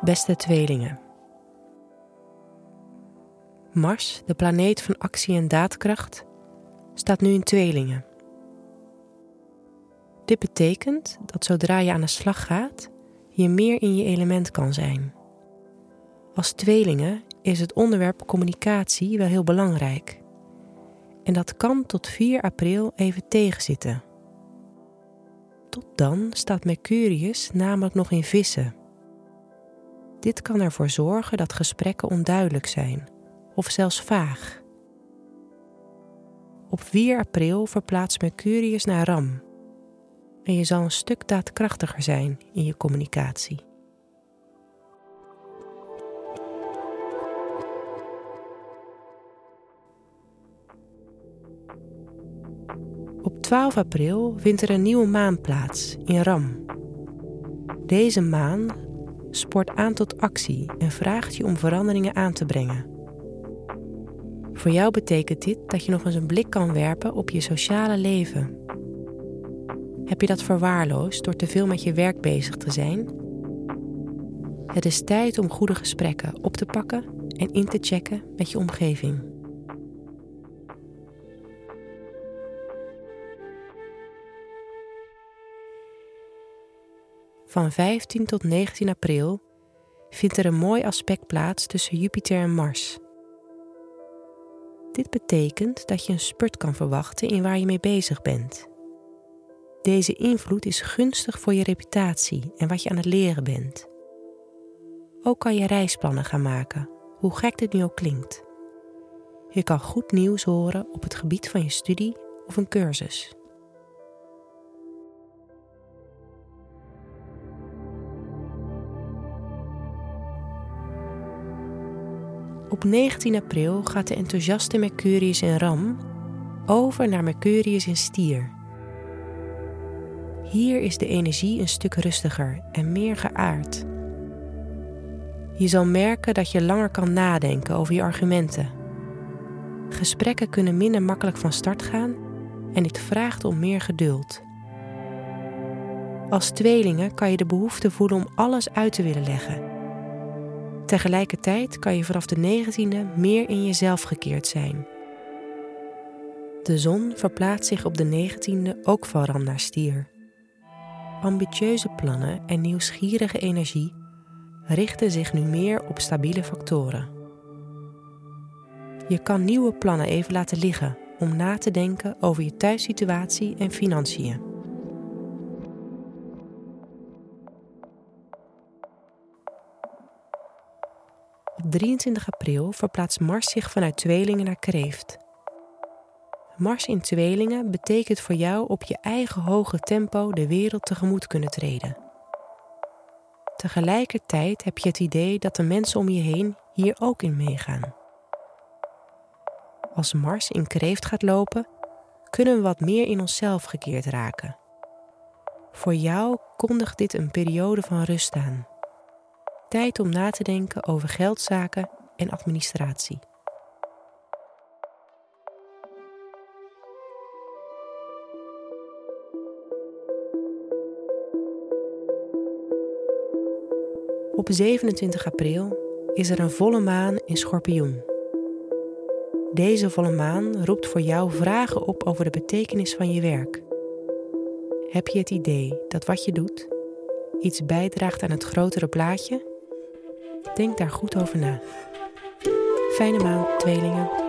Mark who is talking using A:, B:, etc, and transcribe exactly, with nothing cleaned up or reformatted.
A: Beste tweelingen. Mars, de planeet van actie en daadkracht, staat nu in tweelingen. Dit betekent dat zodra je aan de slag gaat, je meer in je element kan zijn. Als tweelingen is het onderwerp communicatie wel heel belangrijk. En dat kan tot vier april even tegenzitten. Tot dan staat Mercurius namelijk nog in Vissen. Dit kan ervoor zorgen dat gesprekken onduidelijk zijn, of zelfs vaag. Op vier april verplaatst Mercurius naar Ram. En je zal een stuk daadkrachtiger zijn in je communicatie. Op twaalf april vindt er een nieuwe maan plaats in Ram. Deze maan spoort aan tot actie en vraagt je om veranderingen aan te brengen. Voor jou betekent dit dat je nog eens een blik kan werpen op je sociale leven. Heb je dat verwaarloosd door te veel met je werk bezig te zijn? Het is tijd om goede gesprekken op te pakken en in te checken met je omgeving. Van vijftien tot negentien april vindt er een mooi aspect plaats tussen Jupiter en Mars. Dit betekent dat je een spurt kan verwachten in waar je mee bezig bent. Deze invloed is gunstig voor je reputatie en wat je aan het leren bent. Ook kan je reisplannen gaan maken, hoe gek dit nu ook klinkt. Je kan goed nieuws horen op het gebied van je studie of een cursus. Op negentien april gaat de enthousiaste Mercurius in Ram over naar Mercurius in Stier. Hier is de energie een stuk rustiger en meer geaard. Je zal merken dat je langer kan nadenken over je argumenten. Gesprekken kunnen minder makkelijk van start gaan en dit vraagt om meer geduld. Als tweelingen kan je de behoefte voelen om alles uit te willen leggen. Tegelijkertijd kan je vanaf de negentiende meer in jezelf gekeerd zijn. De zon verplaatst zich op de negentiende ook van Ram naar Stier. Ambitieuze plannen en nieuwsgierige energie richten zich nu meer op stabiele factoren. Je kan nieuwe plannen even laten liggen om na te denken over je thuissituatie en financiën. Op drieëntwintig april verplaatst Mars zich vanuit Tweelingen naar Kreeft. Mars in Tweelingen betekent voor jou op je eigen hoge tempo de wereld tegemoet kunnen treden. Tegelijkertijd heb je het idee dat de mensen om je heen hier ook in meegaan. Als Mars in Kreeft gaat lopen, kunnen we wat meer in onszelf gekeerd raken. Voor jou kondigt dit een periode van rust aan. Tijd om na te denken over geldzaken en administratie. Op zevenentwintig april is er een volle maan in Schorpioen. Deze volle maan roept voor jou vragen op over de betekenis van je werk. Heb je het idee dat wat je doet iets bijdraagt aan het grotere plaatje? Denk daar goed over na. Fijne maand, tweelingen.